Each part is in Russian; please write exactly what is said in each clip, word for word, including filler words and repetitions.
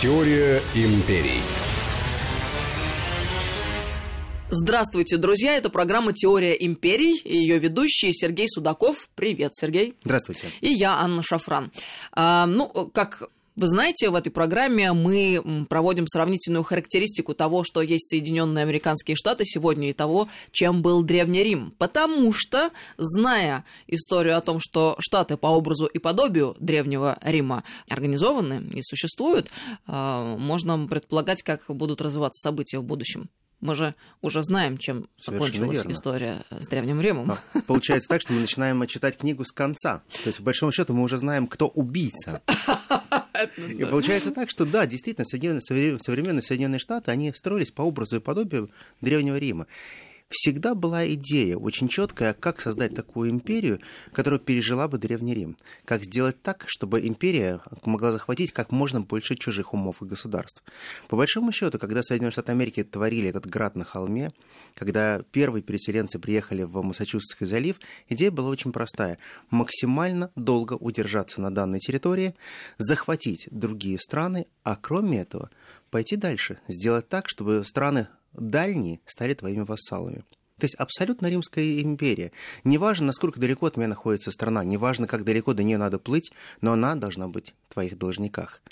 Теория империй. Здравствуйте, друзья! Это программа «Теория империй» и ее ведущий Сергей Судаков. Привет, Сергей. Здравствуйте. И я, Анна Шафран. А, ну, как вы знаете, в этой программе мы проводим сравнительную характеристику того, что есть Соединенные Американские Штаты сегодня, и того, чем был Древний Рим. Потому что, зная историю о том, что Штаты по образу и подобию Древнего Рима организованы и существуют, можно предполагать, как будут развиваться события в будущем. Мы же уже знаем, чем закончилась верно. История с Древним Римом. А, получается так, что мы начинаем читать книгу с конца. То есть, по большому счету, мы уже знаем, кто убийца. И получается так, что да, действительно, современные Соединенные Штаты, они строились по образу и подобию Древнего Рима. Всегда была идея очень четкая, как создать такую империю, которая пережила бы Древний Рим. Как сделать так, чтобы империя могла захватить как можно больше чужих умов и государств. По большому счету, когда Соединенные Штаты Америки творили этот град на холме, когда первые переселенцы приехали в Массачусетский залив, идея была очень простая. Максимально долго удержаться на данной территории, захватить другие страны, а кроме этого пойти дальше, сделать так, чтобы страны дальние стали твоими вассалами. То есть абсолютно Римская империя. Неважно, насколько далеко от меня находится страна, неважно, как далеко до нее надо плыть, но она должна быть в твоих должниках.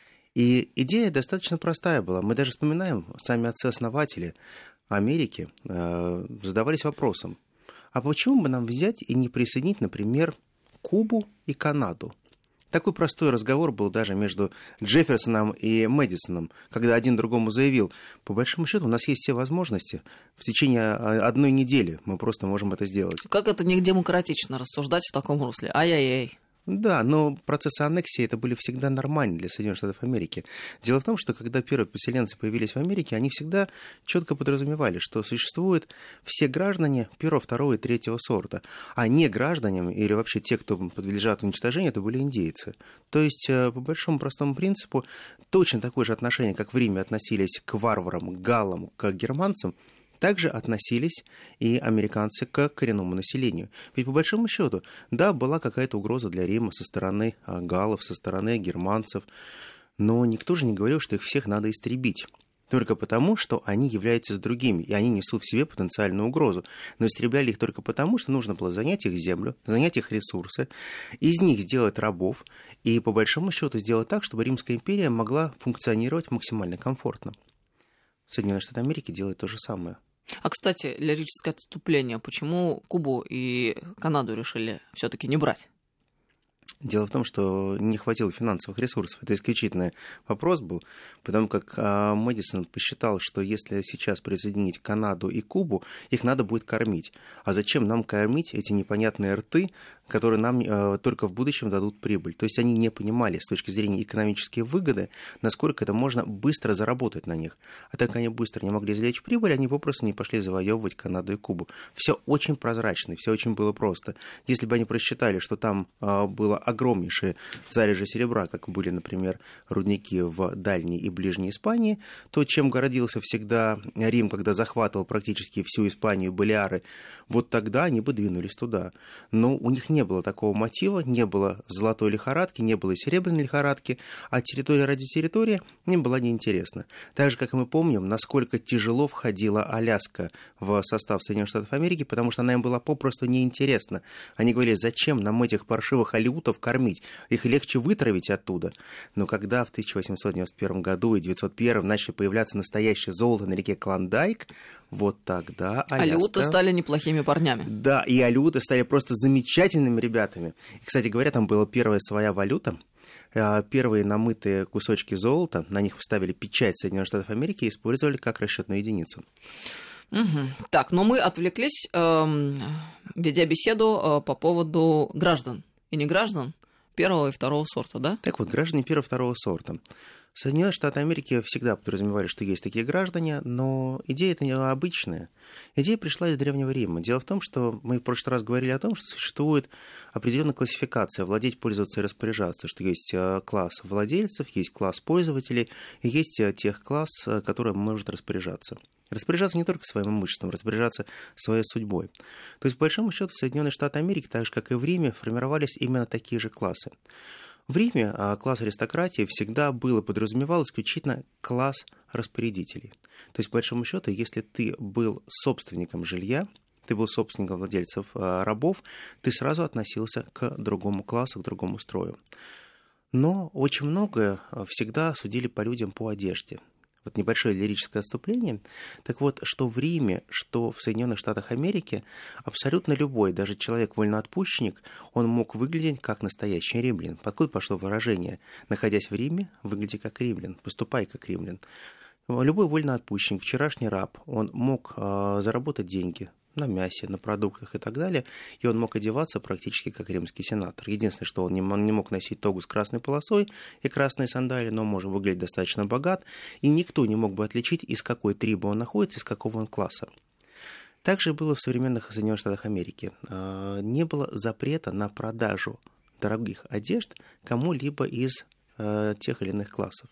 И идея достаточно простая была. Мы даже вспоминаем, сами отцы-основатели Америки э, задавались вопросом, а почему бы нам взять и не присоединить, например, Кубу и Канаду? Такой простой разговор был даже между Джефферсоном и Мэдисоном, когда один другому заявил, по большому счету у нас есть все возможности, в течение одной недели мы просто можем это сделать. Как это не демократично рассуждать в таком русле? Ай-яй-яй. Да, но процессы аннексии это были всегда нормальны для Соединенных Штатов Америки. Дело в том, что когда первые поселенцы появились в Америке, они всегда четко подразумевали, что существуют все граждане первого, второго и третьего сорта, а не гражданами или вообще те, кто подлежат уничтожению, это были индейцы. То есть, по большому простому принципу, точно такое же отношение, как в Риме относились к варварам, к галлам, к германцам, также относились и американцы к коренному населению. Ведь по большому счету, да, была какая-то угроза для Рима со стороны галлов, со стороны германцев, но никто же не говорил, что их всех надо истребить. Только потому, что они являются с другими, и они несут в себе потенциальную угрозу. Но истребляли их только потому, что нужно было занять их землю, занять их ресурсы, из них сделать рабов, и по большому счету сделать так, чтобы Римская империя могла функционировать максимально комфортно. Соединенные Штаты Америки делают то же самое. А, кстати, лирическое отступление. Почему Кубу и Канаду решили все-таки не брать? Дело в том, что не хватило финансовых ресурсов. Это исключительный вопрос был, потому как а, Мэдисон посчитал, что если сейчас присоединить Канаду и Кубу, их надо будет кормить. А зачем нам кормить эти непонятные рты, которые нам э, только в будущем дадут прибыль? То есть они не понимали с точки зрения экономической выгоды, насколько это можно быстро заработать на них. А так как они быстро не могли извлечь прибыль, они попросту не пошли завоевывать Канаду и Кубу. Все очень прозрачно, все очень было просто. Если бы они просчитали, что там э, было огромнейшие залежи серебра, как были, например, рудники в Дальней и Ближней Испании, то, чем гордился всегда Рим, когда захватывал практически всю Испанию, Балеары, вот тогда они бы двинулись туда. Но у них не было такого мотива, не было золотой лихорадки, не было серебряной лихорадки, а территория ради территории им была неинтересна. Так же, как и мы помним, насколько тяжело входила Аляска в состав Соединенных Штатов Америки, потому что она им была попросту неинтересна. Они говорили, зачем нам этих паршивых алеутов кормить, их легче вытравить оттуда. Но когда в тысяча восемьсот девяносто первом году и девятьсот первом начали появляться настоящее золото на реке Клондайк, вот тогда Аляска... Алеуты стали неплохими парнями. Да, и алеуты стали просто замечательными ребятами. И, кстати говоря, там была первая своя валюта. Первые намытые кусочки золота, на них вставили печать Соединенных Штатов Америки и использовали как расчетную единицу. Угу. Так, но мы отвлеклись, э, ведя беседу э, по поводу граждан и не граждан первого и второго сорта, да? Так вот, граждане первого и второго сорта. Соединенные Штаты Америки всегда подразумевали, что есть такие граждане, но идея это не обычная. Идея пришла из Древнего Рима. Дело в том, что мы в прошлый раз говорили о том, что существует определенная классификация владеть, пользоваться и распоряжаться, что есть класс владельцев, есть класс пользователей и есть тех класс, который может распоряжаться. Распоряжаться не только своим имуществом, распоряжаться своей судьбой. То есть, по большому счету, в Соединенные Штаты Америки, так же, как и в Риме, формировались именно такие же классы. В Риме класс аристократии всегда был и подразумевал исключительно класс распорядителей. То есть, по большому счету, если ты был собственником жилья, ты был собственником владельцев рабов, ты сразу относился к другому классу, к другому строю. Но очень многое всегда судили по людям по одежде. Вот небольшое лирическое отступление. Так вот, что в Риме, что в Соединенных Штатах Америки, абсолютно любой, даже человек-вольноотпущенник, он мог выглядеть как настоящий римлян. Откуда пошло выражение? Находясь в Риме, выгляди как римлян, поступай как римлян. Любой вольноотпущенник, вчерашний раб, он мог э, заработать деньги на мясе, на продуктах и так далее, и он мог одеваться практически как римский сенатор. Единственное, что он не, он не мог носить тогу с красной полосой и красные сандалии, но может выглядеть достаточно богат, и никто не мог бы отличить, из какой трибы он находится, из какого он класса. Также было в современных Соединенных Штатах Америки. Не было запрета на продажу дорогих одежд кому-либо из тех или иных классов.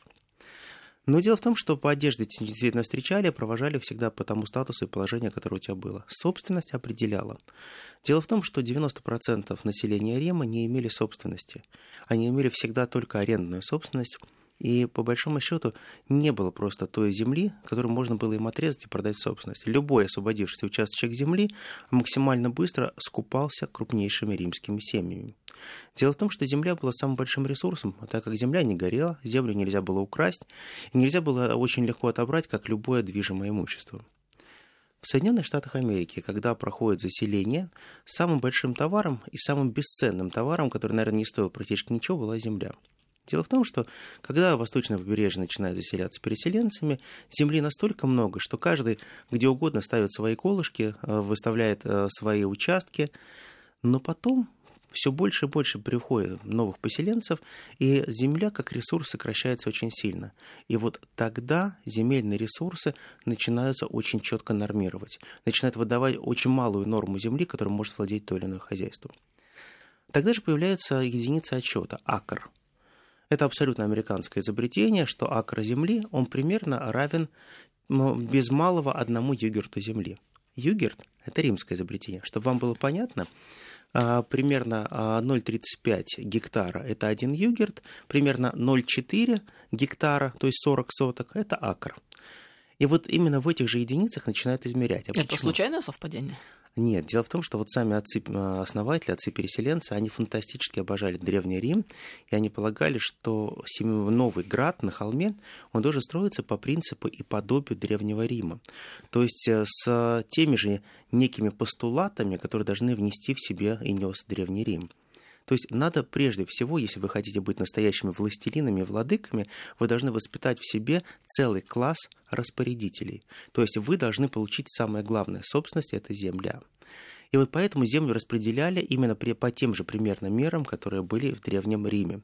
Но дело в том, что по одежде действительно встречали, провожали всегда по тому статусу и положению, которое у тебя было. Собственность определяла. Дело в том, что девяносто процентов населения Рима не имели собственности. Они имели всегда только арендную собственность. И, по большому счету, не было просто той земли, которую можно было им отрезать и продать в собственность. Любой освободившийся участок земли максимально быстро скупался крупнейшими римскими семьями. Дело в том, что земля была самым большим ресурсом, так как земля не горела, землю нельзя было украсть, и нельзя было очень легко отобрать, как любое движимое имущество. В Соединенных Штатах Америки, когда проходит заселение, самым большим товаром и самым бесценным товаром, который, наверное, не стоил практически ничего, была земля. Дело в том, что когда восточное побережье начинает заселяться переселенцами, земли настолько много, что каждый где угодно ставит свои колышки, выставляет свои участки, но потом все больше и больше приходит новых поселенцев, и земля как ресурс сокращается очень сильно. И вот тогда земельные ресурсы начинаются очень четко нормировать, начинают выдавать очень малую норму земли, которой может владеть то или иное хозяйство. Тогда же появляется единица отсчета – акр. Это абсолютно американское изобретение, что акр земли, он примерно равен без малого одному югерту земли. Югерт – это римское изобретение. Чтобы вам было понятно, примерно ноль целых тридцать пять гектара – это один югерт, примерно ноль целых четыре гектара, то есть сорок соток – это акр. И вот именно в этих же единицах начинают измерять. А это почему? Случайное совпадение? Нет, дело в том, что вот сами отцы-основатели, отцы-переселенцы, они фантастически обожали Древний Рим, и они полагали, что новый град на холме, он должен строиться по принципу и подобию Древнего Рима. То есть с теми же некими постулатами, которые должны внести в себе и нес Древний Рим. То есть надо прежде всего, если вы хотите быть настоящими властелинами и владыками, вы должны воспитать в себе целый класс распорядителей. То есть вы должны получить самое главное собственность – это земля. И вот поэтому землю распределяли именно по тем же примерно мерам, которые были в Древнем Риме.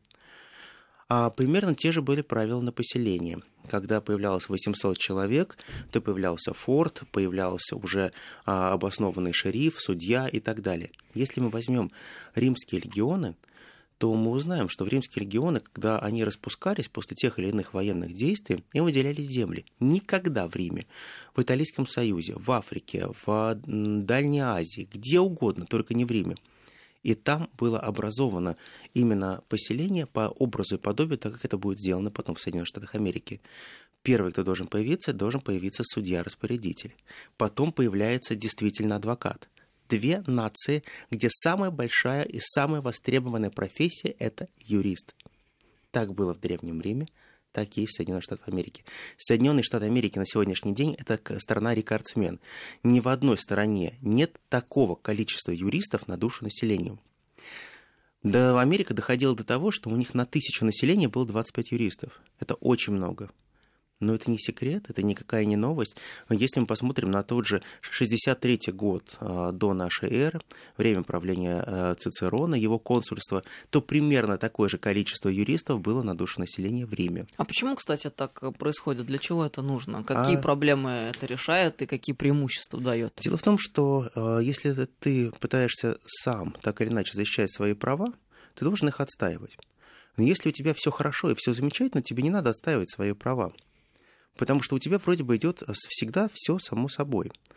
А примерно те же были правила на поселение. Когда появлялось восемьсот человек, то появлялся форт, появлялся уже а, обоснованный шериф, судья и так далее. Если мы возьмем римские легионы, то мы узнаем, что в римские легионы, когда они распускались после тех или иных военных действий, им выделялись земли. Никогда в Риме, в Италийском Союзе, в Африке, в Дальней Азии, где угодно, только не в Риме. И там было образовано именно поселение по образу и подобию, так как это будет сделано потом в Соединенных Штатах Америки. Первый, кто должен появиться, должен появиться судья-распорядитель. Потом появляется действительно адвокат. Две нации, где самая большая и самая востребованная профессия – это юрист. Так было в Древнем Риме, так и есть в Соединенных Штатах Америки. Соединенные Штаты Америки на сегодняшний день – это страна-рекордсмен. Ни в одной стране нет такого количества юристов на душу населения. До Америка доходила до того, что у них на тысячу населения было двадцать пять юристов. Это очень много. Но это не секрет, это никакая не новость. Если мы посмотрим на тот же шестьдесят третий год э, до нашей эры, время правления э, Цицерона, его консульства, то примерно такое же количество юристов было на душу населения в Риме. А почему, кстати, так происходит? Для чего это нужно? Какие а... проблемы это решает и какие преимущества дает? Дело в том, что э, если ты пытаешься сам так или иначе защищать свои права, ты должен их отстаивать. Но если у тебя все хорошо и все замечательно, тебе не надо отстаивать свои права. Потому что у тебя вроде бы идет всегда все само собой.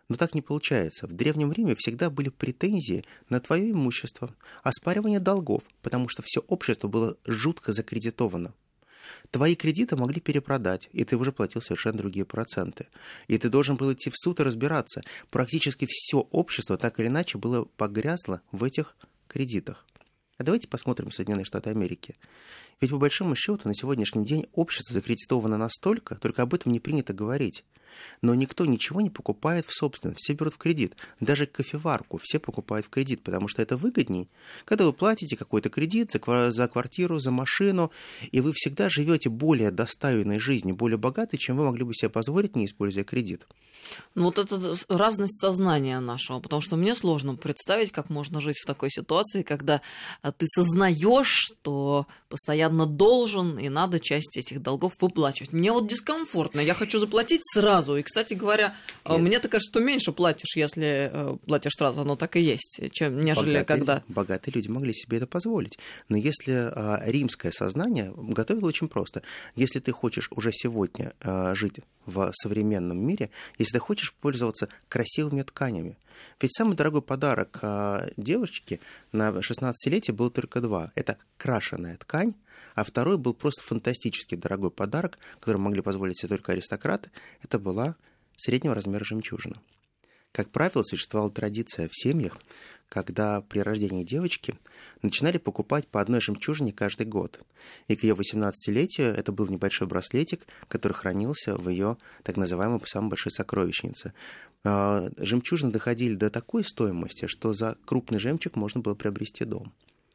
Но так не получается. В Древнем Риме всегда были претензии на твое имущество, оспаривание долгов, потому что все общество было жутко закредитовано. Твои кредиты могли перепродать, и ты уже платил совершенно другие проценты. И ты должен был идти в суд и разбираться. Практически все общество так или иначе было погрязло в этих кредитах. А давайте посмотрим Соединенные Штаты Америки. Ведь по большому счету на сегодняшний день общество закредитовано настолько, только об этом не принято говорить. Но никто ничего не покупает в собственность, все берут в кредит. Даже кофеварку все покупают в кредит, потому что это выгодней. Когда вы платите какой-то кредит за, за квартиру, за машину, и вы всегда живете более достойной жизнью, более богатой, чем вы могли бы себе позволить, не используя кредит. Ну вот это разность сознания нашего, потому что мне сложно представить, как можно жить в такой ситуации, когда ты сознаешь, что постоянно должен, и надо часть этих долгов выплачивать. Мне вот дискомфортно, я хочу заплатить сразу. И, кстати говоря, Нет. мне так кажется, что меньше платишь, если платишь сразу, оно так и есть, чем нежели богатые, когда... Богатые люди могли себе это позволить. Но если а, римское сознание готовило очень просто. Если ты хочешь уже сегодня а, жить в современном мире, если ты хочешь пользоваться красивыми тканями. Ведь самый дорогой подарок а, девочке на шестнадцатилетие был только два. Это крашеная ткань, а второй был просто фантастически дорогой подарок, который могли позволить себе только аристократы. Это была среднего размера жемчужина. Как правило, существовала традиция в семьях, когда при рождении девочки начинали покупать по одной жемчужине каждый год. И к ее восемнадцатилетию это был небольшой браслетик, который хранился в ее так называемой самой большой сокровищнице. Жемчужины доходили до такой стоимости, что за крупный жемчуг можно было приобрести дом.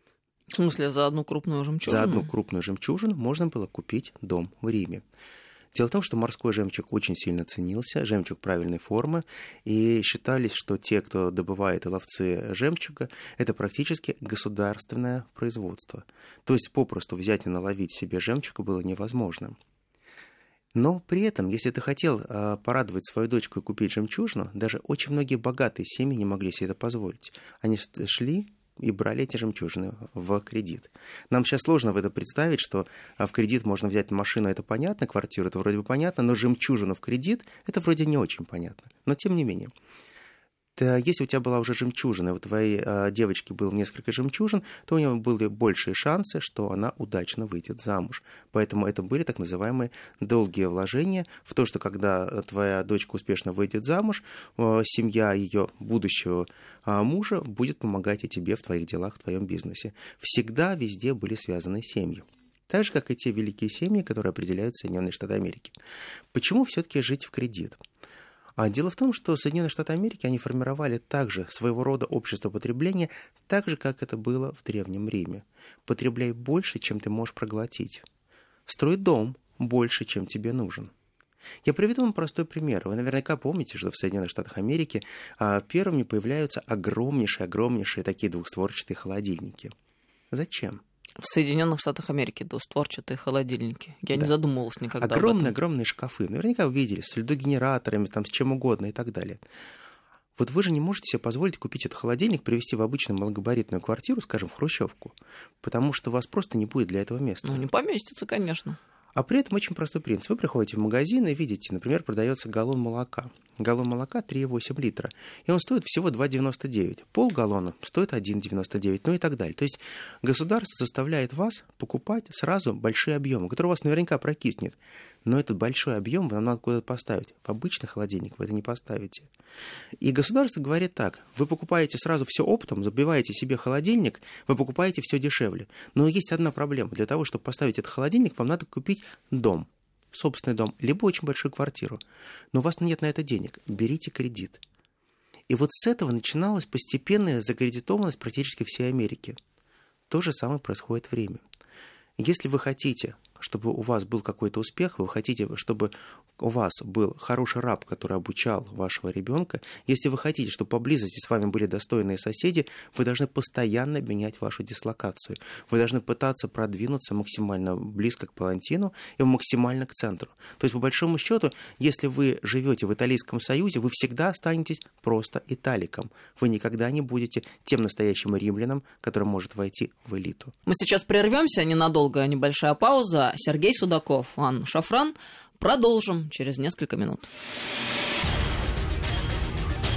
В смысле, за одну крупную жемчужину? За одну крупную жемчужину можно было купить дом в Риме. Дело в том, что морской жемчуг очень сильно ценился, жемчуг правильной формы, и считались, что те, кто добывает и ловцы жемчуга, это практически государственное производство. То есть попросту взять и наловить себе жемчуга было невозможно. Но при этом, если ты хотел э, порадовать свою дочку и купить жемчужину, даже очень многие богатые семьи не могли себе это позволить. Они шли и брали эти жемчужины в кредит. Нам сейчас сложно в это представить, что в кредит можно взять машину, это понятно, квартиру, это вроде бы понятно, но жемчужину в кредит, это вроде не очень понятно. Но тем не менее. Если у тебя была уже жемчужина, у твоей э, девочки было несколько жемчужин, то у нее были большие шансы, что она удачно выйдет замуж. Поэтому это были так называемые долгие вложения в то, что когда твоя дочка успешно выйдет замуж, э, семья ее будущего э, мужа будет помогать и тебе в твоих делах, в твоем бизнесе. Всегда везде были связаны семьи. Так же, как и те великие семьи, которые определяют Соединенные Штаты Америки. Почему все-таки жить в кредит? А дело в том, что Соединенные Штаты Америки, они формировали также своего рода общество потребления, так же, как это было в Древнем Риме. Потребляй больше, чем ты можешь проглотить. Строй дом больше, чем тебе нужен. Я приведу вам простой пример. Вы наверняка помните, что в Соединенных Штатах Америки первыми появляются огромнейшие-огромнейшие такие двухстворчатые холодильники. Зачем? В Соединенных Штатах Америки двустворчатые холодильники. Я да. не задумывалась никогда Огромные-огромные шкафы. Наверняка вы видели, с льдогенераторами, там, с чем угодно и так далее. Вот вы же не можете себе позволить купить этот холодильник, привезти в обычную малогабаритную квартиру, скажем, в хрущевку, потому что у вас просто не будет для этого места. Ну, не поместится, конечно. А при этом очень простой принцип. Вы приходите в магазин и видите, например, продается галлон молока. Галлон молока три и восемь литра. И он стоит всего два девяносто девять. Полгаллона стоит один девяносто девять, ну и так далее. То есть государство заставляет вас покупать сразу большие объемы, которые у вас наверняка прокиснет. Но этот большой объем вам надо куда-то поставить. В обычный холодильник вы это не поставите. И государство говорит так. Вы покупаете сразу все оптом, забиваете себе холодильник, вы покупаете все дешевле. Но есть одна проблема. Для того, чтобы поставить этот холодильник, вам надо купить дом, собственный дом, либо очень большую квартиру. Но у вас нет на это денег. Берите кредит. И вот с этого начиналась постепенная закредитованность практически всей Америки. То же самое происходит в Риме. Если вы хотите, чтобы у вас был какой-то успех, вы хотите, чтобы у вас был хороший раб, который обучал вашего ребенка, если вы хотите, чтобы поблизости с вами были достойные соседи, вы должны постоянно менять вашу дислокацию. Вы должны пытаться продвинуться максимально близко к Палантину и максимально к центру. То есть, по большому счету, если вы живете в Италийском Союзе, вы всегда останетесь просто италиком. Вы никогда не будете тем настоящим римлянином, который может войти в элиту. Мы сейчас прервемся ненадолго, небольшая пауза. Сергей Судаков, Анна Шафран. Продолжим через несколько минут.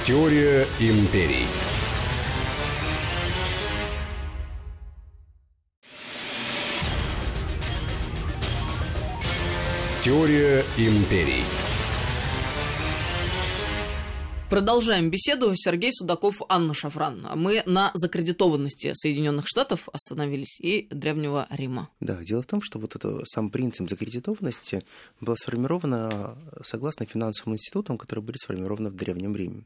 Теория империй. Теория империй. Продолжаем беседу. Сергей Судаков, Анна Шафран. Мы на закредитованности Соединенных Штатов остановились и Древнего Рима. Да, дело в том, что вот этот сам принцип закредитованности был сформирован согласно финансовым институтам, которые были сформированы в Древнем Риме.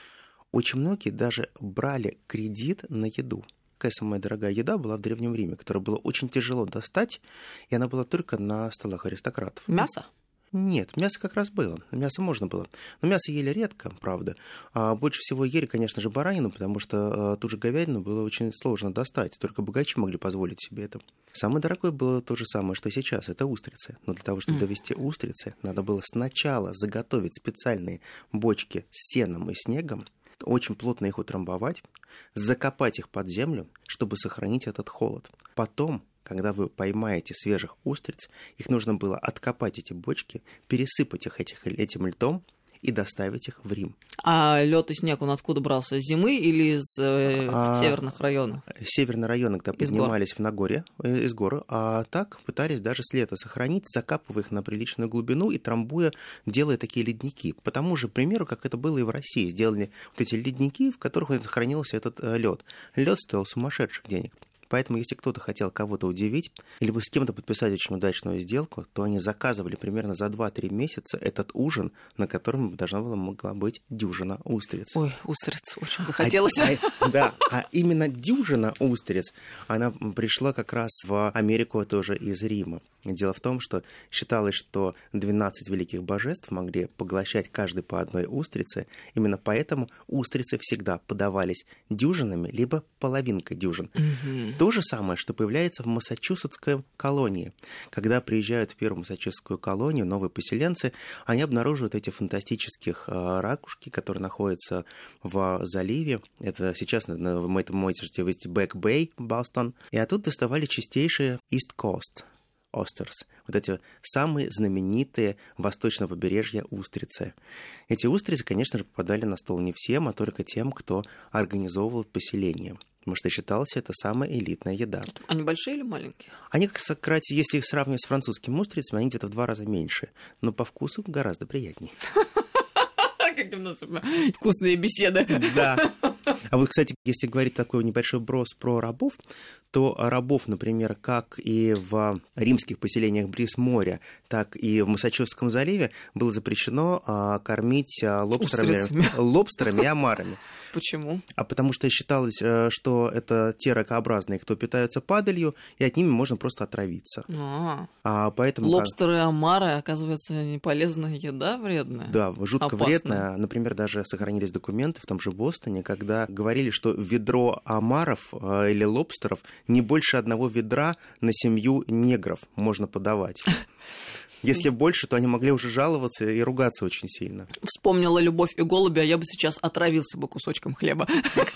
Очень многие даже брали кредит на еду. Какая самая дорогая еда была в Древнем Риме, которую было очень тяжело достать, и она была только на столах аристократов. Мясо? Нет, мясо как раз было. Мясо можно было. Но мясо ели редко, правда. А больше всего ели, конечно же, баранину, потому что а, ту же говядину было очень сложно достать. Только богачи могли позволить себе это. Самое дорогое было то же самое, что сейчас. Это устрицы. Но для того, чтобы mm. довести устрицы, надо было сначала заготовить специальные бочки с сеном и снегом, очень плотно их утрамбовать, закопать их под землю, чтобы сохранить этот холод. Потом, когда вы поймаете свежих устриц, их нужно было откопать, эти бочки, пересыпать их этих, этим льдом и доставить их в Рим. А лед и снег он откуда брался? С зимы или из э, а, северных районов? Северные районы, когда из поднимались гор. в Нагорье, из горы, а так пытались даже с лета сохранить, закапывая их на приличную глубину и трамбуя, делая такие ледники. По тому же примеру, как это было и в России. Сделали вот эти ледники, в которых хранился этот лед. Лед стоил сумасшедших денег. Поэтому, если кто-то хотел кого-то удивить, либо с кем-то подписать очень удачную сделку, то они заказывали примерно за два-три месяца этот ужин, на котором должна была могла быть дюжина устриц. Ой, устриц, очень захотелось. А, а, да, а именно дюжина устриц, она пришла как раз в Америку тоже из Рима. Дело в том, что считалось, что двенадцать великих божеств могли поглощать каждый по одной устрице. Именно поэтому устрицы всегда подавались дюжинами, либо половинкой дюжин. Угу. То же самое, что появляется в Массачусетской колонии. Когда приезжают в первую Массачусетскую колонию новые поселенцы, они обнаруживают эти фантастических э, ракушки, которые находятся в заливе. Это сейчас на, на, в этом можете вывести Бэк-Бэй, Бостон. И оттуда доставали чистейшие East Coast Oysters, вот эти самые знаменитые восточного побережья устрицы. Эти устрицы, конечно же, попадали на стол не всем, а только тем, кто организовывал поселение. Потому что считалось, это самая элитная еда. Они большие или маленькие? Они, кстати, если их сравнивать с французскими устрицами, они где-то в два раза меньше. Но по вкусу гораздо приятнее. Какие у нас вкусные беседы. Да. А вот, кстати, если говорить такой небольшой брос про рабов, то рабов, например, как и в римских поселениях близ моря, так и в Массачусетском заливе было запрещено а, кормить а, лобстерами, лобстерами и омарами. Почему? А потому что считалось, что это те ракообразные, кто питаются падалью, и от ними можно просто отравиться. А, а поэтому лобстеры и омары, оказывается, не полезная еда, вредная? Да, жутко опасная. Вредная. Например, даже сохранились документы в том же Бостоне, когда говорили, что ведро омаров э, или лобстеров не больше одного ведра на семью негров можно подавать. Если больше, то они могли уже жаловаться и ругаться очень сильно. Вспомнила «Любовь и голуби», а я бы сейчас отравился бы кусочком хлеба.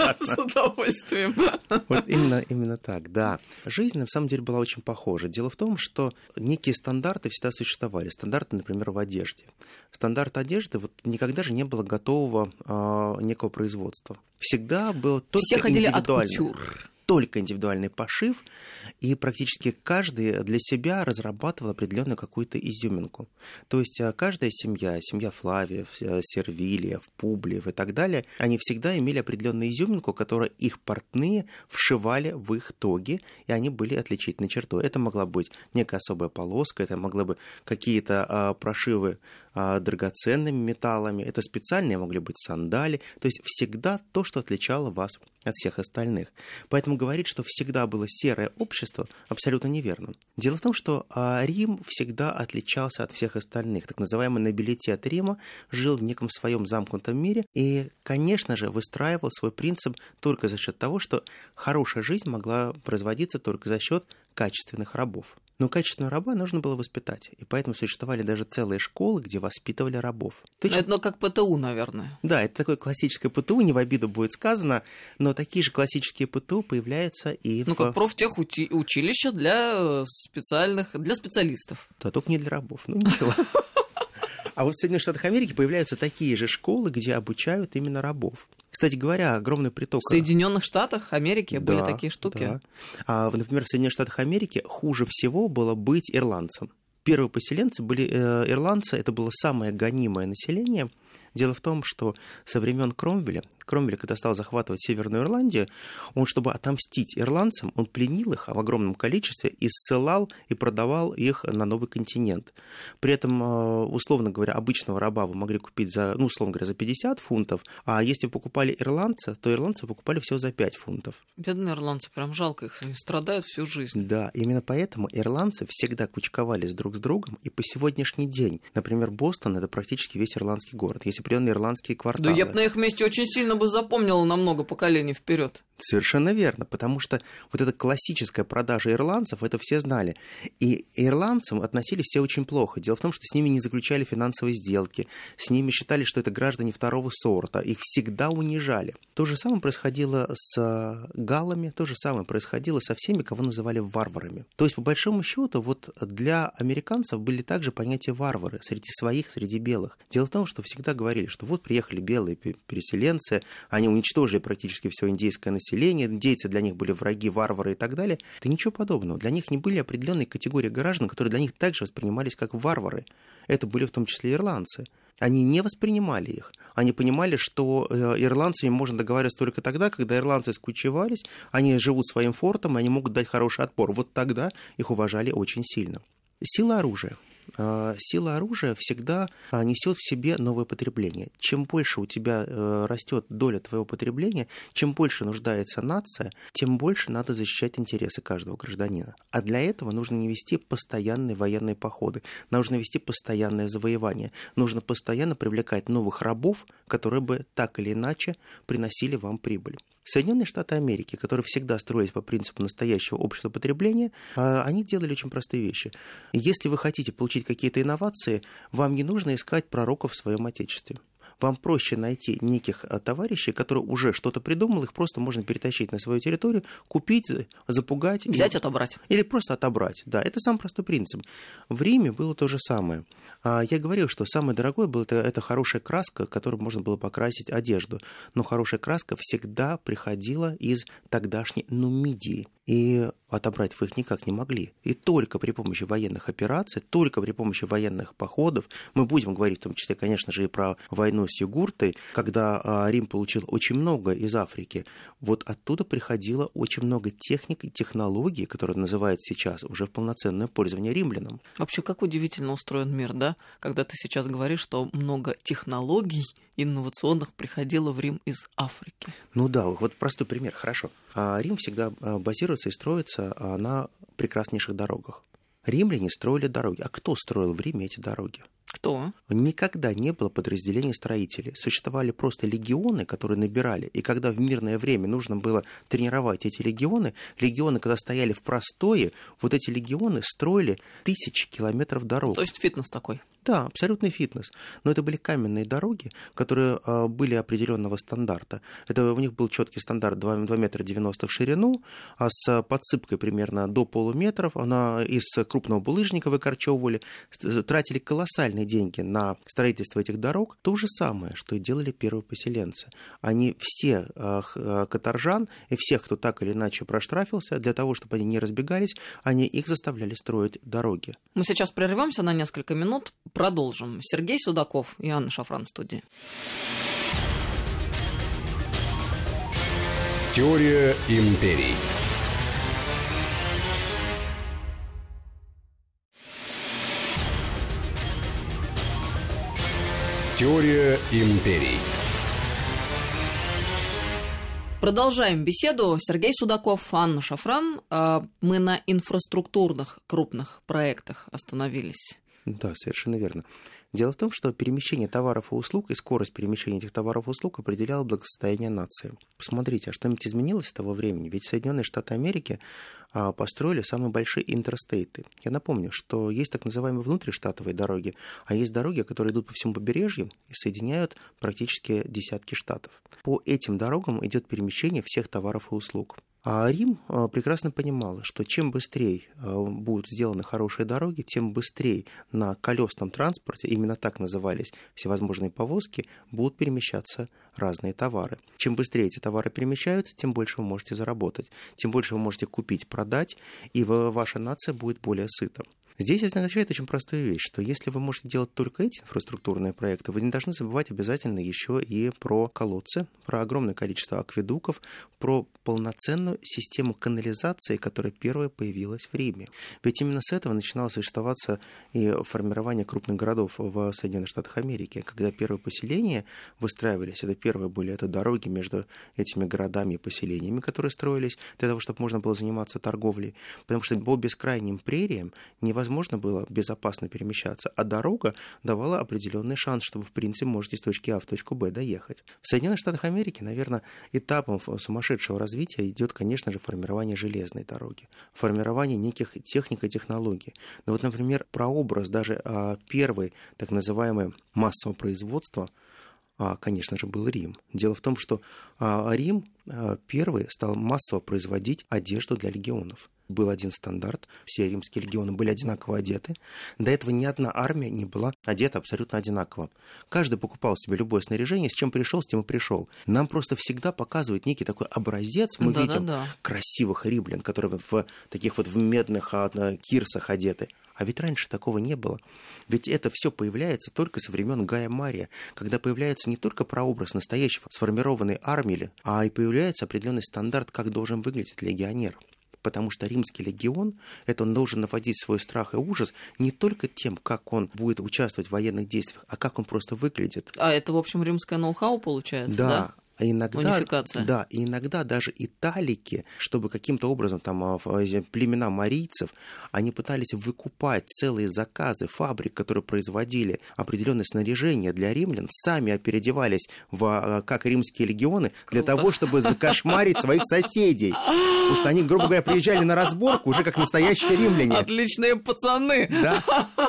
С удовольствием. Вот именно, именно так, да. Жизнь, на самом деле, была очень похожа. Дело в том, что некие стандарты всегда существовали. Стандарты, например, в одежде. Стандарт одежды, вот никогда же не было готового э, некого производства. Всегда было только Все ходили индивидуально. от кутюр. Только индивидуальный пошив, и практически каждый для себя разрабатывал определенную какую-то изюминку. То есть каждая семья, семья Флавиев, Сервилиев, Публиев и так далее, они всегда имели определенную изюминку, которую их портные вшивали в их тоги, и они были отличительной чертой. Это могла быть некая особая полоска, это могли быть какие-то а, прошивы а, драгоценными металлами, это специальные могли быть сандали, то есть всегда то, что отличало вас от всех остальных. Поэтому говорить, что всегда было серое общество, абсолютно неверно. Дело в том, что Рим всегда отличался от всех остальных. Так называемый нобилитет Рима жил в неком своем замкнутом мире и, конечно же, выстраивал свой принцип только за счет того, что хорошая жизнь могла производиться только за счет качественных рабов. Но качественного раба нужно было воспитать, и поэтому существовали даже целые школы, где воспитывали рабов. Точно... Это ну, как ПТУ, наверное. Да, это такое классическое ПТУ, не в обиду будет сказано, но такие же классические ПТУ появляются и ну, в... Ну, как профтехучилища для специальных, для специалистов. Да, только не для рабов, ну ничего. А вот в Соединенных Штатах Америки появляются такие же школы, где обучают именно рабов. Кстати говоря, огромный приток... В Соединенных Штатах Америки да, были такие штуки? Да. А, например, в Соединенных Штатах Америки хуже всего было быть ирландцем. Первые поселенцы были э, ирландцы, это было самое гонимое население. Дело в том, что со времен Кромвеля, Кромвель, когда стал захватывать Северную Ирландию, он, чтобы отомстить ирландцам, он пленил их в огромном количестве и ссылал и продавал их на новый континент. При этом, условно говоря, обычного раба вы могли купить за, ну, условно говоря, за пятьдесят фунтов, а если вы покупали ирландца, то ирландцы покупали всего за пять фунтов. Бедные ирландцы, прям жалко их, они страдают всю жизнь. Да, именно поэтому ирландцы всегда кучковались друг с другом, и по сегодняшний день, например, Бостон — это практически весь ирландский город. Есть определенные ирландские кварталы. Да я бы на их месте очень сильно бы запомнила на много поколений вперед. Совершенно верно, потому что вот эта классическая продажа ирландцев, это все знали. И ирландцам относились все очень плохо. Дело в том, что с ними не заключали финансовые сделки, с ними считали, что это граждане второго сорта, их всегда унижали. То же самое происходило с галлами, то же самое происходило со всеми, кого называли варварами. То есть, по большому счету, вот для американцев были также понятия варвары среди своих, среди белых. Дело в том, что всегда говорили, что вот приехали белые переселенцы, они уничтожили практически все индейское население, индейцы для них были враги, варвары и так далее. Да ничего подобного. Для них не были определенные категории граждан, которые для них также воспринимались как варвары. Это были в том числе ирландцы. Они не воспринимали их. Они понимали, что ирландцами можно договариваться только тогда, когда ирландцы скучевались, они живут своим фортом, и они могут дать хороший отпор. Вот тогда их уважали очень сильно. Сила оружия. Сила оружия всегда несет в себе новое потребление. Чем больше у тебя растет доля твоего потребления, чем больше нуждается нация, тем больше надо защищать интересы каждого гражданина. А для этого нужно не вести постоянные военные походы, нужно вести постоянное завоевание, нужно постоянно привлекать новых рабов, которые бы так или иначе приносили вам прибыль. Соединенные Штаты Америки, которые всегда строились по принципу настоящего общества потребления, они делали очень простые вещи. Если вы хотите получить какие-то инновации, вам не нужно искать пророков в своем отечестве. Вам проще найти неких товарищей, которые уже что-то придумали, их просто можно перетащить на свою территорию, купить, запугать. Взять, и... отобрать. Или просто отобрать. Да, это самый простой принцип. В Риме было то же самое. Я говорил, что самое дорогое было это, это хорошая краска, которой можно было покрасить одежду. Но хорошая краска всегда приходила из тогдашней Нумидии. И отобрать вы их никак не могли. И только при помощи военных операций, только при помощи военных походов, мы будем говорить в том числе, конечно же, и про войну с Югуртой, когда Рим получил очень много из Африки, вот оттуда приходило очень много техник и технологий, которые называют сейчас уже в полноценное пользование римлянам. Вообще, как удивительно устроен мир, да? Когда ты сейчас говоришь, что много технологий инновационных приходило в Рим из Африки. Ну да, вот простой пример, хорошо. Рим всегда базируется и строится на прекраснейших дорогах. Римляне строили дороги. А кто строил в Риме эти дороги? Кто? Никогда не было подразделений строителей. Существовали просто легионы, которые набирали. И когда в мирное время нужно было тренировать эти легионы, легионы, когда стояли в простое, вот эти легионы строили тысячи километров дорог. То есть фитнес такой? Да, абсолютный фитнес. Но это были каменные дороги, которые а, были определенного стандарта. Это у них был четкий стандарт два метра девяносто в ширину, а с подсыпкой примерно до полуметров. Она из крупного булыжника выкорчевывали, тратили колоссальные деньги на строительство этих дорог. То же самое, что и делали первые поселенцы. Они все а, каторжан и всех, кто так или иначе проштрафился, для того, чтобы они не разбегались, они их заставляли строить дороги. Мы сейчас прервемся на несколько минут. Продолжим. Сергей Судаков и Анна Шафран в студии. Теория империй. Теория империй. Продолжаем беседу. Сергей Судаков, Анна Шафран. Мы на инфраструктурных крупных проектах остановились. Да, совершенно верно. Дело в том, что перемещение товаров и услуг и скорость перемещения этих товаров и услуг определяло благосостояние нации. Посмотрите, а что-нибудь изменилось с того времени? Ведь Соединенные Штаты Америки построили самые большие интерстейты. Я напомню, что есть так называемые внутриштатовые дороги, а есть дороги, которые идут по всему побережью и соединяют практически десятки штатов. По этим дорогам идет перемещение всех товаров и услуг. А Рим прекрасно понимал, что чем быстрее будут сделаны хорошие дороги, тем быстрее на колесном транспорте, именно так назывались всевозможные повозки, будут перемещаться разные товары. Чем быстрее эти товары перемещаются, тем больше вы можете заработать, тем больше вы можете купить, продать, и ваша нация будет более сыта. Здесь это означает очень простую вещь, что если вы можете делать только эти инфраструктурные проекты, вы не должны забывать обязательно еще и про колодцы, про огромное количество акведуков, про полноценную систему канализации, которая первая появилась в Риме. Ведь именно с этого начинало существоваться и формирование крупных городов в Соединенных Штатах Америки, когда первые поселения выстраивались, это первые были это дороги между этими городами и поселениями, которые строились для того, чтобы можно было заниматься торговлей, потому что по бескрайним прериям невозможно Возможно было безопасно перемещаться, а дорога давала определенный шанс, что вы, в принципе, можете с точки А в точку Б доехать. В Соединенных Штатах Америки, наверное, этапом сумасшедшего развития идет, конечно же, формирование железной дороги, формирование неких техник и технологий. Но вот, например, прообраз даже первой так называемой массового производства, конечно же, был Рим. Дело в том, что Рим первый стал массово производить одежду для легионов. Был один стандарт, все римские легионы были одинаково одеты. До этого ни одна армия не была одета абсолютно одинаково. Каждый покупал себе любое снаряжение, с чем пришел, с тем и пришел. Нам просто всегда показывают некий такой образец. Мы да, видим да, да. красивых римлян, которые в таких вот в медных кирсах одеты. А ведь раньше такого не было. Ведь это все появляется только со времен Гая Мария, когда появляется не только прообраз настоящей сформированной армии, а и появляется определенный стандарт, как должен выглядеть легионер. Потому что римский легион, это он должен наводить свой страх и ужас не только тем, как он будет участвовать в военных действиях, а как он просто выглядит. А это, в общем, римское ноу-хау получается, да? Да. А иногда, да, и иногда даже италики, чтобы каким-то образом там племена марийцев, они пытались выкупать целые заказы фабрик, которые производили определенное снаряжение для римлян, сами переодевались в, как римские легионы для Круто. того, чтобы закошмарить своих соседей. Потому что они, грубо говоря, приезжали на разборку уже как настоящие римляне. Отличные пацаны. Да.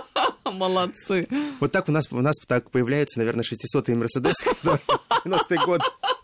Молодцы. Вот так у нас, у нас так появляются, наверное, шестисотые Мерседесы, в девяностые годы.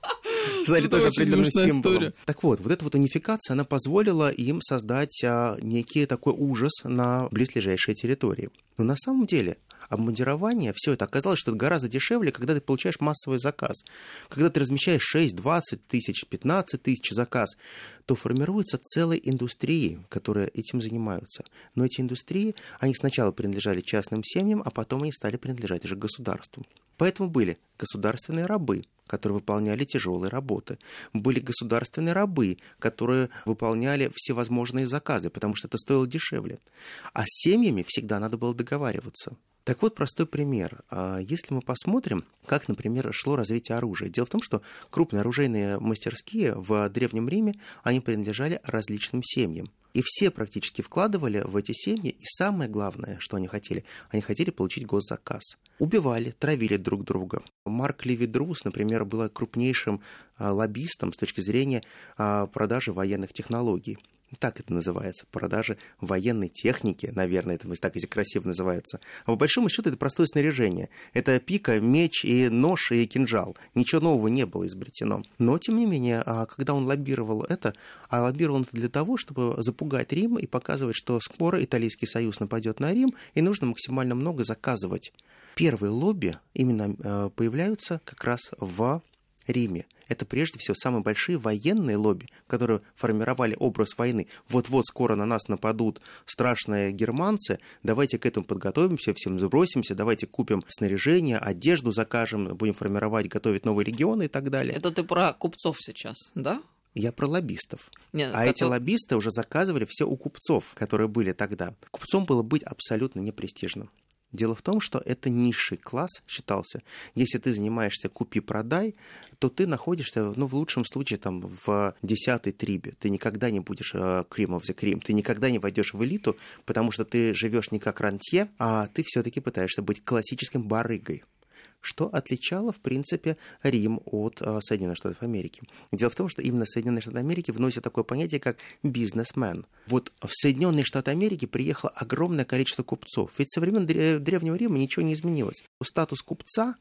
Стали тоже определенным символом. История. Так вот, вот эта вот унификация, она позволила им создать а, некий такой ужас на близлежащей территории. Но на самом деле обмундирование, все это оказалось, что это гораздо дешевле, когда ты получаешь массовый заказ. Когда ты размещаешь шесть, двадцать тысяч, пятнадцать тысяч заказ, то формируются целые индустрии, которые этим занимаются. Но эти индустрии, они сначала принадлежали частным семьям, а потом они стали принадлежать уже государству. Поэтому были государственные рабы, которые выполняли тяжелые работы. Были государственные рабы, которые выполняли всевозможные заказы, потому что это стоило дешевле. А с семьями всегда надо было договариваться. Так вот, простой пример. Если мы посмотрим, как, например, шло развитие оружия. Дело в том, что крупные оружейные мастерские в Древнем Риме, они принадлежали различным семьям. И все практически вкладывали в эти семьи. И самое главное, что они хотели, они хотели получить госзаказ. Убивали, травили друг друга. Марк Левий-Друз, например, был крупнейшим лоббистом с точки зрения продажи военных технологий. Так это называется, продажи военной техники, наверное, это так, если красиво называется. А по большому счету это простое снаряжение. Это пика, меч, и нож, и кинжал. Ничего нового не было изобретено. Но, тем не менее, когда он лоббировал это, а лоббировал это для того, чтобы запугать Рим и показывать, что скоро Италийский союз нападет на Рим, и нужно максимально много заказывать. Первые лобби именно появляются как раз в Риме. Это прежде всего самые большие военные лобби, которые формировали образ войны. Вот-вот скоро на нас нападут страшные германцы, давайте к этому подготовимся, всем сбросимся, давайте купим снаряжение, одежду закажем, будем формировать, готовить новые легионы и так далее. Это ты про купцов сейчас, да? Я про лоббистов. Нет, а эти лоббисты уже заказывали все у купцов, которые были тогда. Купцом было быть абсолютно непрестижным. Дело в том, что это низший класс считался. Если ты занимаешься купи-продай, то ты находишься, ну, в лучшем случае, там, в десятой трибе. Ты никогда не будешь cream of the cream. Ты никогда не войдешь в элиту, потому что ты живешь не как рантье, а ты все-таки пытаешься быть классическим барыгой. Что отличало, в принципе, Рим от э, Соединенных Штатов Америки. Дело в том, что именно Соединенные Штаты Америки вносят такое понятие, как бизнесмен. Вот в Соединенные Штаты Америки приехало огромное количество купцов. Ведь со времен Древнего Рима ничего не изменилось. Статус купца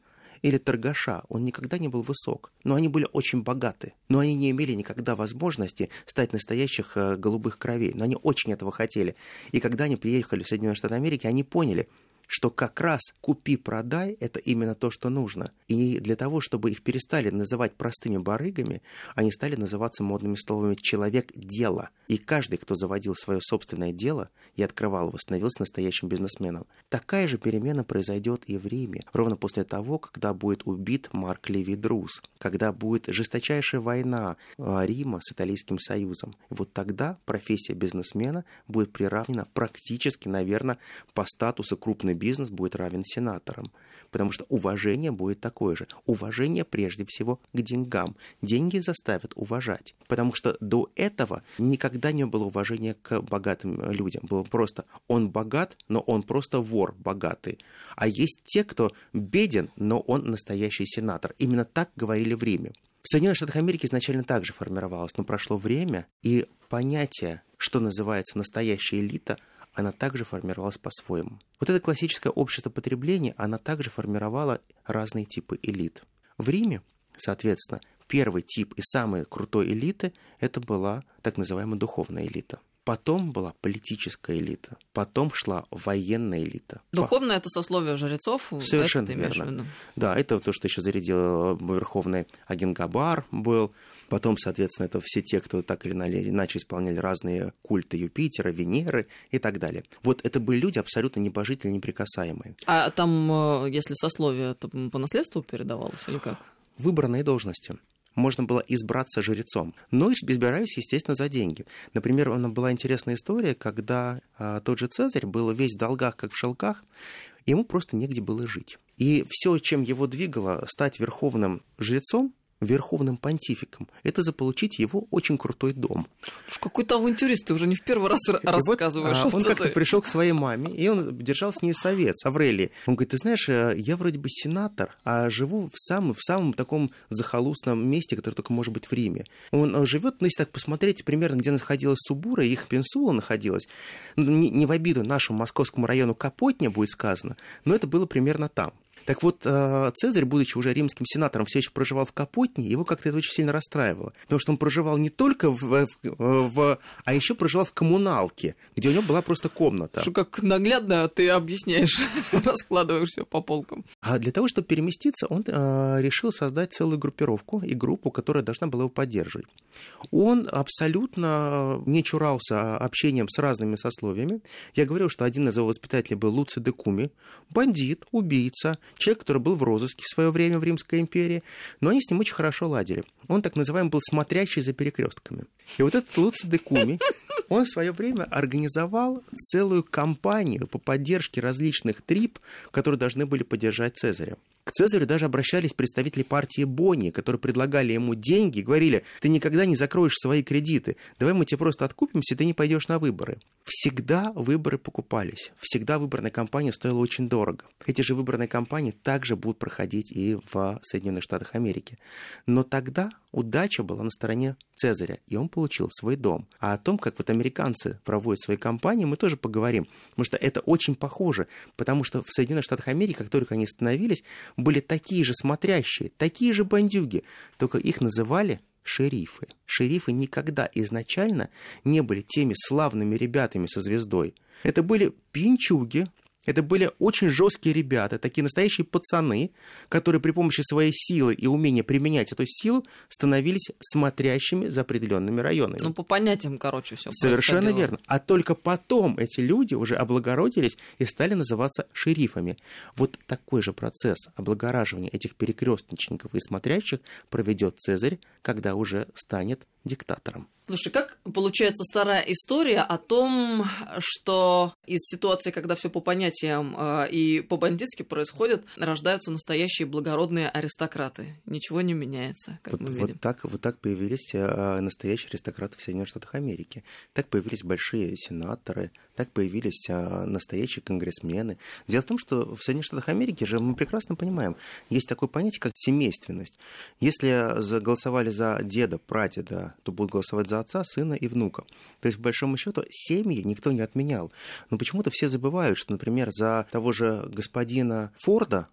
или торгаша, он никогда не был высок. Но они были очень богаты. Но они не имели никогда возможности стать настоящих э, голубых кровей. Но они очень этого хотели. И когда они приехали в Соединенные Штаты Америки, они поняли, что как раз купи-продай – это именно то, что нужно. И для того, чтобы их перестали называть простыми барыгами, они стали называться модными словами «человек-дело». И каждый, кто заводил свое собственное дело и открывал его, становился настоящим бизнесменом. Такая же перемена произойдет и в Риме. Ровно после того, когда будет убит Марк Ливий Друз, когда будет жесточайшая война Рима с Италийским Союзом. И вот тогда профессия бизнесмена будет приравнена практически, наверное, по статусу крупной бизнес будет равен сенаторам, потому что уважение будет такое же. Уважение прежде всего к деньгам. Деньги заставят уважать, потому что до этого никогда не было уважения к богатым людям. Было просто он богат, но он просто вор богатый. А есть те, кто беден, но он настоящий сенатор. Именно так говорили в Риме. В Соединенных Штатах Америки изначально также формировалось, но прошло время, и понятие, что называется настоящая элита, она также формировалась по-своему. Вот это классическое общество потребления, она также формировала разные типы элит. В Риме, соответственно, первый тип и самой крутой элиты – это была так называемая духовная элита. Потом была политическая элита, потом шла военная элита. Духовная – это сословие жрецов? Совершенно верно. Да, это то, что еще зарядил верховный Агенгабар был. Потом, соответственно, это все те, кто так или иначе исполняли разные культы Юпитера, Венеры и так далее. Вот это были люди абсолютно небожители, неприкасаемые. А там, если сословие, то по наследству передавалось или как? Выбранные должности. Можно было избраться жрецом. Но избирались, естественно, за деньги. Например, была интересная история, когда а, тот же Цезарь был весь в долгах, как в шелках, ему просто негде было жить. И все, чем его двигало стать верховным жрецом, верховным понтификом, это заполучить его очень крутой дом. Какой-то авантюрист, ты уже не в первый раз и рассказываешь. Вот, а, он как-то пришел к своей маме, и он держал с ней совет, с Аврелией. Он говорит, ты знаешь, я вроде бы сенатор, а живу в самом, в самом таком захолустном месте, которое только может быть в Риме. Он живет, ну, если так посмотреть, примерно, где находилась Субура, их Пенсула находилась, не, не в обиду нашему московскому району Капотня будет сказано, но это было примерно там. Так вот, Цезарь, будучи уже римским сенатором, все еще проживал в Капотне, его как-то это очень сильно расстраивало. Потому что он проживал не только в, в, в а еще проживал в коммуналке, где у него была просто комната. Что как наглядно ты объясняешь, раскладываешь все по полкам. А для того, чтобы переместиться, он э, решил создать целую группировку и группу, которая должна была его поддерживать. Он абсолютно не чурался общением с разными сословиями. Я говорил, что один из его воспитателей был Луций де Куми, бандит, убийца, человек, который был в розыске в свое время в Римской империи, но они с ним очень хорошо ладили. Он так называемый был смотрящий за перекрестками. И вот этот Луций де Куми, он в свое время организовал целую кампанию по поддержке различных триб, которые должны были поддержать Цезаря. К Цезарю даже обращались представители партии Бони, которые предлагали ему деньги и говорили, ты никогда не закроешь свои кредиты, давай мы тебе просто откупимся, и ты не пойдешь на выборы. Всегда выборы покупались, всегда выборная кампания стоила очень дорого. Эти же выборные кампании также будут проходить и в Соединенных Штатах Америки. Но тогда удача была на стороне Цезаря, и он получил свой дом. А о том, как вот американцы проводят свои кампании, мы тоже поговорим, потому что это очень похоже, потому что в Соединенных Штатах Америки, как только они становились, были такие же смотрящие, такие же бандюги, только их называли шерифы. Шерифы никогда изначально не были теми славными ребятами со звездой. Это были пьянчуги, это были очень жесткие ребята, такие настоящие пацаны, которые при помощи своей силы и умения применять эту силу становились смотрящими за определенными районами. Ну, по понятиям, короче, все Совершенно верно. А только потом эти люди уже облагородились и стали называться шерифами. Вот такой же процесс облагораживания этих перекрестничников и смотрящих проведет Цезарь, когда уже станет диктатором. Слушай, как получается старая история о том, что из ситуации, когда все по понятиям э, и по-бандитски происходит, рождаются настоящие благородные аристократы. Ничего не меняется, как вот, мы вот видим. Так, вот так появились э, настоящие аристократы в Соединенных Штатах Америки. Так появились большие сенаторы, так появились э, настоящие конгрессмены. Дело в том, что в Соединенных Штатах Америки же мы прекрасно понимаем, есть такое понятие, как семейственность. Если голосовали за деда, прадеда, то будут голосовать за отца, сына и внука. То есть, по большому счету, семьи никто не отменял. Но почему-то все забывают, что, например, за того же господина Форда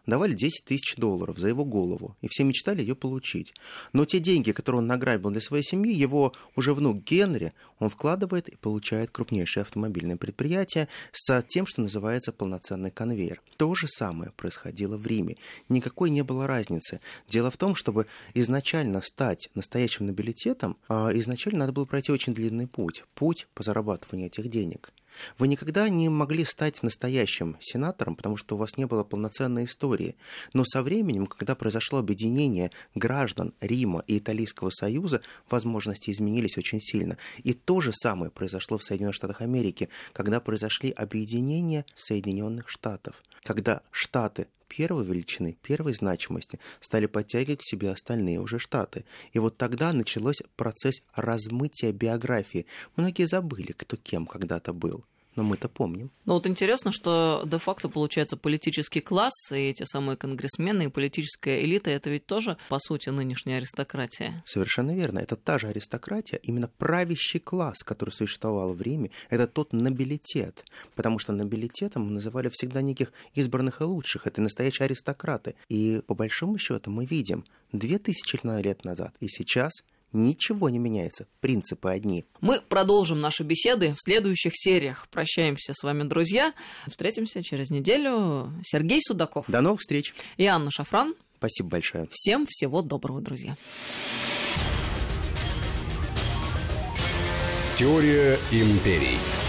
давали десять тысяч долларов за его голову, и все мечтали ее получить. Но те деньги, которые он награбил для своей семьи, его уже внук Генри, он вкладывает и получает крупнейшее автомобильное предприятие с тем, что называется полноценный конвейер. То же самое происходило в Риме. Никакой не было разницы. Дело в том, чтобы изначально стать настоящим нобилитетом, изначально надо было пройти очень длинный путь. Путь по зарабатыванию этих денег. Вы никогда не могли стать настоящим сенатором, потому что у вас не было полноценной истории. Но со временем, когда произошло объединение граждан Рима и Италийского союза, возможности изменились очень сильно. И то же самое произошло в Соединенных Штатах Америки, когда произошли объединения Соединенных Штатов. Когда штаты первой величины, первой значимости стали подтягивать к себе остальные уже штаты. И вот тогда начался процесс размытия биографии. Многие забыли, кто кем когда-то был. Но мы-то помним. Но вот интересно, что де-факто получается политический класс, и эти самые конгрессмены, и политическая элита, это ведь тоже, по сути, нынешняя аристократия. Совершенно верно. Это та же аристократия, именно правящий класс, который существовал в Риме, это тот нобилитет. Потому что нобилитетом мы называли всегда неких избранных и лучших. Это настоящие аристократы. И по большому счету мы видим две тысячи лет назад и сейчас ничего не меняется, принципы одни. Мы продолжим наши беседы в следующих сериях. Прощаемся с вами, друзья. Встретимся через неделю. Сергей Судаков. До новых встреч. И Анна Шафран. Спасибо большое. Всем всего доброго, друзья. Теория империй.